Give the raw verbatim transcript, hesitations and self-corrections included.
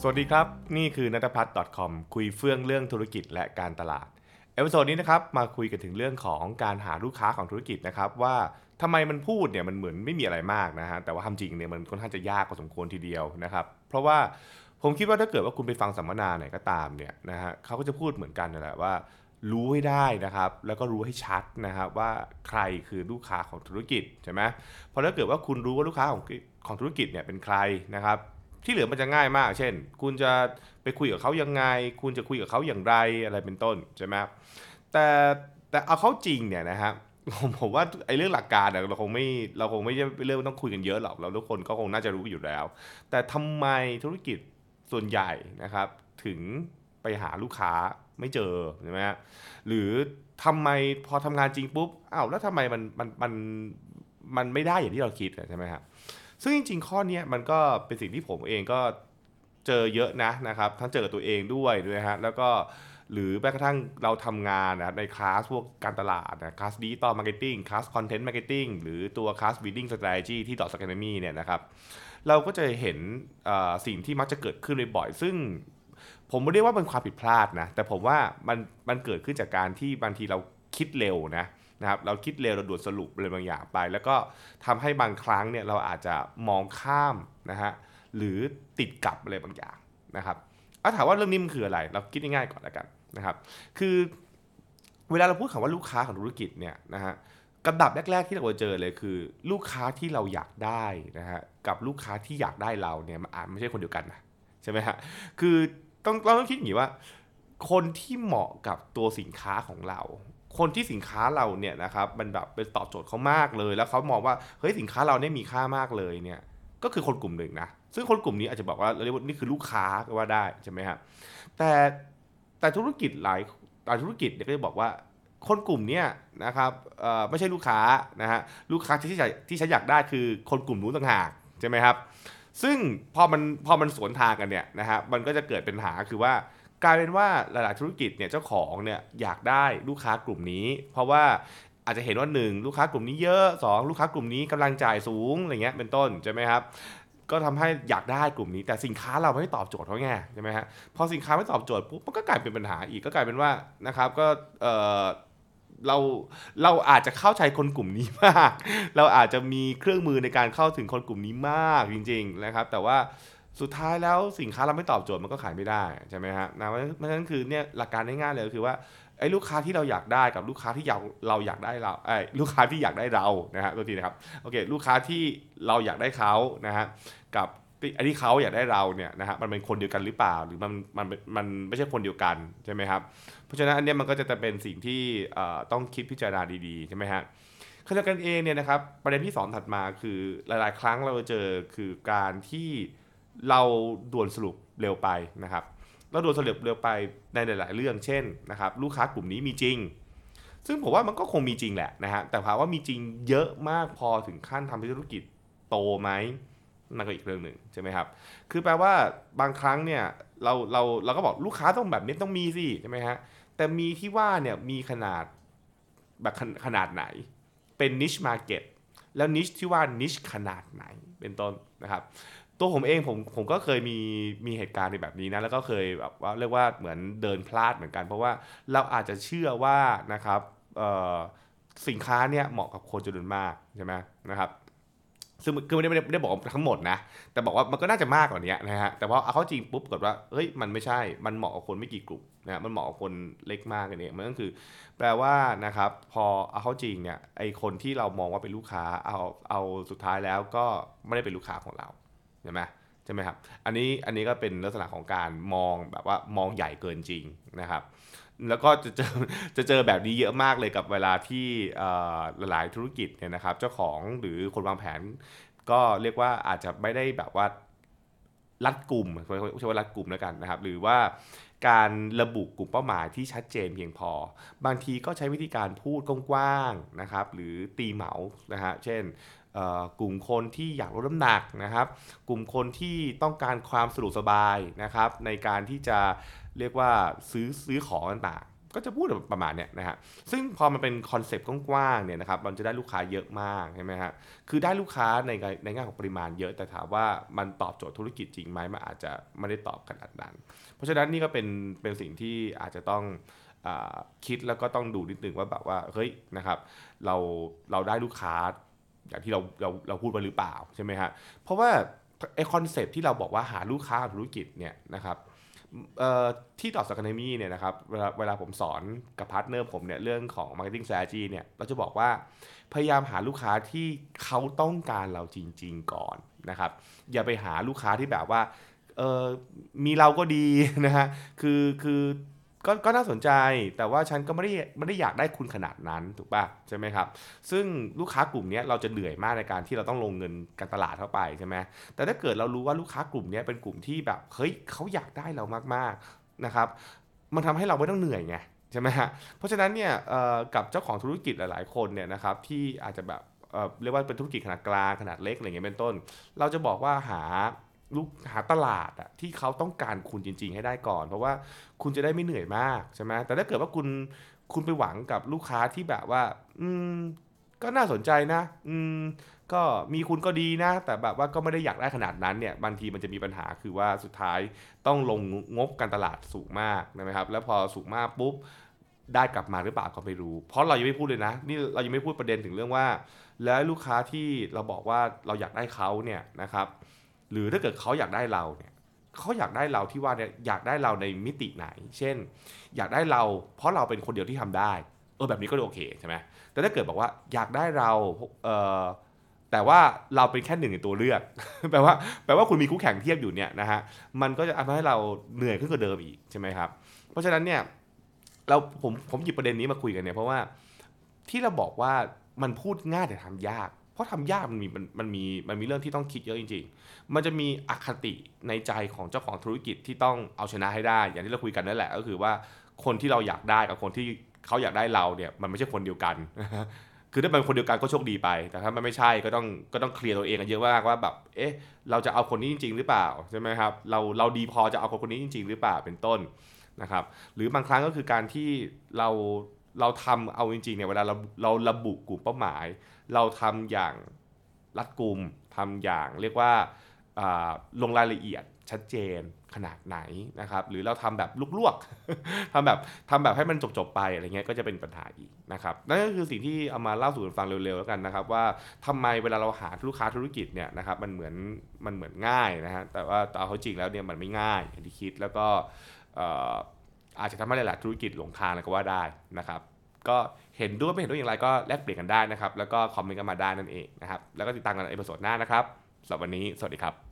วัสดีครับนี่คือนัทพัฒน์ .com คุยเฟื่องเรื่องธุรกิจและการตลาดเอพิโซดนี้นะครับมาคุยกันถึงเรื่องของการหาลูกค้าของธุรกิจนะครับว่าทำไมมันพูดเนี่ยมันเหมือนไม่มีอะไรมากนะฮะแต่ว่าทำจริงเนี่ยมันค่อนข้างจะยากพอสมควรทีเดียวนะครับเพราะว่าผมคิดว่าถ้าเกิดว่าคุณไปฟังสัมมนาไหนก็ตามเนี่ยนะฮะเขาก็จะพูดเหมือนกันนั่นแหละว่ารู้ให้ได้นะครับแล้วก็รู้ให้ชัดนะครับว่าใครคือลูกค้าของธุรกิจใช่ไหมเพราะถ้าเกิดว่าคุณรู้ว่าลูกค้าของของธุรกิจเนี่ยเป็นใครนะครับ ที่เหลือมันจะง่ายมาก เช่น คุณจะไปคุยกับเขายังไง คุณจะคุยกับเขาอย่างไรอะไรเป็นต้นใช่ไหมแต่แต่เอาเข้าจริงเนี่ยนะฮะผมผมว่าไอ้เรื่องหลักการเนี่ยเราคงไม่เราคงไม่ใช่เรื่องต้องคุยกันเยอะหรอกเราทุกคนก็คงน่าจะรู้อยู่แล้วแต่ทำไมธุรกิจส่วนใหญ่นะครับถึงไปหาลูกค้าไม่เจอใช่ไหมฮะหรือทำไมพอทำงานจริงปุ๊บอ้าวแล้วทำไมมันมันมันมันไม่ได้อย่างที่เราคิดใช่ไหมครับ ซึ่งจริงๆข้อนี้มันก็เป็นสิ่งที่ผมเองก็เจอเยอะนะนะครับทั้งเจอกับตัวเองด้วยด้วยฮะแล้วก็หรือแม้กระทั่งเราทำงานนะในคลาสพวกการตลาดนะคลาสดิจิตอลมาร์เก็ตติ้งคลาสคอนเทนต์มาร์เก็ตติ้งหรือตัวคลาสบิลดิ้งสแตรทีที่ดอทสแคนามีเนี่ยนะครับเราก็จะเห็นสิ่งที่มักจะเกิดขึ้นบ่อยๆซึ่งผมไม่ได้ว่าเป็นความผิดพลาดนะแต่ผมว่ามันมันเกิดขึ้นจากการที่บางทีเราคิดเร็วนะ นะครับเราคิดเร็วเราด่วนสรุปอะไรบางอย่างไปแล้วก็ทำให้บางครั้งเนี่ยเราอาจจะมองข้ามนะฮะหรือติดกับอะไรบางอย่างนะครับเอาถามว่าเรื่องนี้มันคืออะไรเราคิดง่ายๆก่อนแล้วกันนะครับคือเวลาเราพูดคำว่าลูกค้าของธุรกิจเนี่ยนะฮะกับดับแรกๆที่เราเจอเลยคือลูกค้าที่เราอยากได้นะฮะกับลูกค้าที่อยากได้เราเนี่ยมันอาจไม่ใช่คนเดียวกันนะใช่ไหมฮะคือต้องเราต้องคิดอย่างนี้ว่าคนที่เหมาะกับตัวสินค้าของเรา คนที่สินค้าเราเนี่ยนะครับมันแบบเป็นตอบโจทย์เขามากเลยแล้วเขามองว่าเฮ้ยสินค้าเราเนี่ยมีค่ามากเลยเนี่ยก็คือคนกลุ่มหนึ่งนะซึ่งคนกลุ่มนี้อาจจะบอกว่าเราเรียกว่านี่คือลูกค้าก็ว่าได้ใช่ไหมครับแต่แต่ธุรกิจหลายหลายธุรกิจเนี่ยก็จะบอกว่าคนกลุ่มเนี้ยนะครับเอ่อไม่ใช่ลูกค้านะฮะลูกค้าที่ที่ที่ฉันอยากได้คือคนกลุ่มนู้นต่างหากใช่ไหมครับซึ่งพอมันพอมันสวนทางกันเนี่ยนะฮะมันก็จะเกิดเป็นปัญหาคือว่า กลายเป็นว่าหลายๆธุรกิจเนี่ยเจ้าของเนี่ยอยากได้ลูกค้ากลุ่มนี้เพราะว่าอาจจะเห็นว่าหนึ่งลูกค้ากลุ่มนี้เยอะสองลูกค้ากลุ่มนี้กำลังจ่ายสูงอะไรเงี้ยเป็นต้นใช่ไหมครับก็ทำให้อยากได้กลุ่มนี้แต่สินค้าเราไม่ตอบโจทย์เขาไงใช่ไหมฮะพอสินค้าไม่ตอบโจทย์ปุ๊บมันก็กลายเป็นปัญหาอีกก็กลายเป็นว่านะครับก็เออเราเราอาจจะเข้าใจคนกลุ่มนี้มากเราอาจจะมีเครื่องมือในการเข้าถึงคนกลุ่มนี้มากจริงๆนะครับแต่ว่า สุดท้ายแล้วสินค้าเราไม่ตอบโจทย์มันก็ขายไม่ได้ใช่ไหมฮะนะเพราะฉะนั้นคือเนี่ยหลักการง่ายๆเลยก็คือว่าไอ้ลูกค้าที่เราอยากได้กับลูกค้าที่อยากเราอยากได้เราไอ้ลูกค้าที่อยากได้เรานะฮะตัวทีนะครับโอเคลูกค้าที่เราอยากได้เขานะฮะกับไอ้ที่เขาอยากได้เราเนี่ยนะฮะมันเป็นคนเดียวกันหรือเปล่าหรือมันมันมันไม่ใช่คนเดียวกันใช่ไหมครับเพราะฉะนั้นอันเนี้ยมันก็จะเป็นสิ่งที่ต้องคิดพิจารณาดีๆใช่ไหมฮะขณะกันเองเนี่ยนะครับประเด็นที่สองถัดมาคือหลายๆครั้งเราเจอคือการที่เราด่วนสรุปเร็วไปนะครับเราด่วนสรุปเร็วไปในหลายๆเรื่องเช่นนะครับลูกค้ากลุ่มนี้มีจริงซึ่งผมว่ามันก็คงมีจริงแหละนะฮะแต่ถามว่ามีจริงเยอะมากพอถึงขั้นทำให้ธุรกิจโตไหมนั่นก็อีกเรื่องหนึ่งใช่ไหมครับคือแปลว่าบางครั้งเนี่ยเราเราเราก็บอกลูกค้าต้องแบบนี้ต้องมีสิใช่ไหมฮะแต่มีที่ว่าเนี่ยมีขนาดแบบขนาดไหนเป็น niche market แล้ว niche ที่ว่า niche ขนาดไหนเป็นต้นนะครับตัวผมเองผมผมก็เคยมีมีเหตุการณ์ในแบบนี้นะแล้วก็เคยแบบว่าเรียกว่าเหมือนเดินพลาดเหมือนกันเพราะว่าเราอาจจะเชื่อว่านะครับสินค้าเนี่ยเหมาะกับคนจำนวนมากใช่ไหมนะครับซึ่งคือไม่ได้ไม่ได้ไม่ได้บอกทั้งหมดนะแต่บอกว่ามันก็น่าจะมากกว่านี้นะฮะแต่พอเอาเข้าจริงปุ๊บกดว่าเฮ้ยมันไม่ใช่มันเหมาะกับคนไม่กี่กลุ่มนะมันเหมาะกับคนเล็กมากกันเองมันก็คือ แปลว่านะครับพอเอาเข้าจริงเนี่ยไอคนที่เรามองว่าเป็นลูกค้าเอาเอาสุดท้ายแล้วก็ไม่ได้เป็นลูกค้าของเราใช่ไหมใช่ไหมครับอันนี้อันนี้ก็เป็นลักษณะของการมองแบบว่ามองใหญ่เกินจริงนะครับแล้วก็จะเจอจะเจอแบบนี้เยอะมากเลยกับเวลาที่หลายๆธุรกิจเนี่ยนะครับเจ้าของหรือคนวางแผนก็เรียกว่าอาจจะไม่ได้แบบว่ารัดกลุ่มใช้ว่ารัดกลุ่มแล้วกันนะครับหรือว่าการระบุกลุ่มเป้าหมายที่ชัดเจนเพียงพอบางทีก็ใช้วิธีการพูดกว้างๆนะครับหรือตีเหมานะฮะเช่นกลุ่มคนที่อยากลดน้ำหนักนะครับกลุ่มคนที่ต้องการความสะดวกสบายนะครับในการที่จะเรียกว่าซื้อซื้อของต่างก็จะพูดประมาณเนี้ยนะฮะซึ่งพอมันเป็นคอนเซปต์กว้างๆเนี่ยนะครับมันจะได้ลูกค้าเยอะมากใช่ไหมฮะคือได้ลูกค้าในในแง่ของปริมาณเยอะแต่ถามว่ามันตอบโจทย์ธุรกิจจริงไหมมันอาจจะไม่ได้ตอบขนาดนั้นเพราะฉะนั้นนี่ก็เป็นเป็นสิ่งที่อาจจะต้องอาคิดแล้วก็ต้องดูนิดนึงว่าแบบว่าเฮ้ยนะครับเราเราได้ลูกค้าอย่างที่เราเราเราพูดไปหรือเปล่าใช่ไหมฮะเพราะว่าไอคอนเซปต์ที่เราบอกว่าหาลูกค้าของธุรกิจเนี่ยนะครับ เอ่อที่ดอท Academy เนี่ยนะครับเวลาเวลาผมสอนกับพาร์ทเนอร์ผมเนี่ยเรื่องของ Marketing Strategy เนี่ยเราจะบอกว่าพยายามหาลูกค้าที่เขาต้องการเราจริงๆก่อนนะครับอย่าไปหาลูกค้าที่แบบว่าเออมีเราก็ดีนะฮะคือคือก็ก็น่าสนใจแต่ว่าฉันก็ไม่ได้ไม่ได้อยากได้คุณขนาดนั้นถูกป่ะใช่ไหมครับซึ่งลูกค้ากลุ่มนี้เราจะเหนื่อยมากในการที่เราต้องลงเงินการตลาดเข้าไปใช่ไหม แต่ถ้าเกิดเรารู้ว่าลูกค้ากลุ่มนี้เป็นกลุ่มที่แบบเฮ้ยเขาอยากได้เรามากๆนะครับมันทำให้เราไม่ต้องเหนื่อยไงใช่ไหมฮะเพราะฉะนั้นเนี่ยกับเจ้าของธุรกิจหลายๆคนเนี่ยนะครับที่อาจจะแบบเอ่อเรียกว่าเป็นธุรกิจขนาดกลางขนาดเล็กอะไรเงี้ยเป็นต้นเราจะบอกว่าหาลูกหาตลาดอะที่เขาต้องการคุณจริงๆให้ได้ก่อนเพราะว่าคุณจะได้ไม่เหนื่อยมากใช่ไหมแต่ถ้าเกิดว่าคุณคุณไปหวังกับลูกค้าที่แบบว่าอืมก็น่าสนใจนะอืม ก็มีคุณก็ดีนะแต่แบบว่าก็ไม่ได้อยากได้ขนาดนั้นเนี่ยบางทีมันจะมีปัญหาคือว่าสุดท้ายต้องลงงบการตลาดสูงมากนะครับแล้วพอสูงมากปุ๊บได้กลับมาหรือเปล่าก็ไม่รู้เพราะเรายังไม่พูดเลยนะนี่เรายังไม่พูดประเด็นถึงเรื่องว่าแล้วลูกค้าที่เราบอกว่าเราอยากได้เขาเนี่ยนะครับหรือถ้าเกิดเขาอยากได้เราเนี่ยเขาอยากได้เราที่ว่าเนี่ยอยากได้เราในมิติไหนเช่นอยากได้เราเพราะเราเป็นคนเดียวที่ทำได้เออแบบนี้ก็โอเคใช่ไหมแต่ถ้าเกิดบอกว่าอยากได้เราเออ แต่ว่าเราเป็นแค่หนึ่งในตัวเลือก แปลว่าแปลว่าคุณมีคู่แข่งเทียบอยู่เนี่ยนะฮะมันก็จะทำให้เราเหนื่อยขึ้นกว่าเดิมอีกใช่ไหมครับเพราะฉะนั้นเนี่ยเราผมผมหยิบประเด็นนี้มาคุยกันเนี่ยเพราะว่าที่เราบอกว่ามันพูดง่ายแต่ทำยากเพราะทำยากมันมีมันมันมีมันมีเรื่องที่ต้องคิดเยอะจริงๆมันจะมีอคติในใจของเจ้าของธุรกิจที่ต้องเอาชนะให้ได้อย่างที่เราคุยกันนั่นแหละก็คือว่าคนที่เราอยากได้กับคนที่เขาอยากได้เราเนี่ยมันไม่ใช่คนเดียวกัน คือถ้าเป็นคนเดียวกันก็โชคดีไปแต่ถ้ามันไม่ใช่ก็ต้องก็ต้องเคลียร์ตัวเองกันเยอะมากว่าแบบเอ๊ะเราจะเอาคนนี้จริงๆหรือเปล่าใช่ไหมครับเราเราดีพอจะเอาคนคนนี้จริงๆหรือเปล่าเป็นต้นนะครับหรือบางครั้งก็คือการที่เราเราทำเอาจริงๆเนี่ยเวลาเราเราระบุกลุ่มเป้าหมายเราทำอย่างรัดกุมทำอย่างเรียกว่าลงรายละเอียดชัดเจนขนาดไหนนะครับหรือเราทำแบบลวกๆ ทำแบบทำแบบให้มันจบๆไปอะไรเงี้ยก็จะเป็นปัญหาอีกนะครับนั่นก็คือสิ่งที่เอามาเล่าสู่กันฟังเร็วๆแล้วกันนะครับว่าทำไมเวลาเราหาลูกค้าธุรกิจเนี่ยนะครับมันเหมือนมันเหมือนง่ายนะฮะแต่ว่าเอาเข้าจริงแล้วเนี่ยมันไม่ง่ายอย่างที่คิดแล้วก็อาจจะทำให้หลายๆธุรกิจหลงทางเลยก็ว่าได้นะครับก็เห็นด้วยไม่เห็นด้วยอย่างไรก็แลกเปลี่ยนกันได้นะครับแล้วก็คอมเมนต์กันมาได้นั่นเองนะครับแล้วก็ติดตามกันในเอพิโซดหน้านะครับสำหรับวันนี้สวัสดีครับ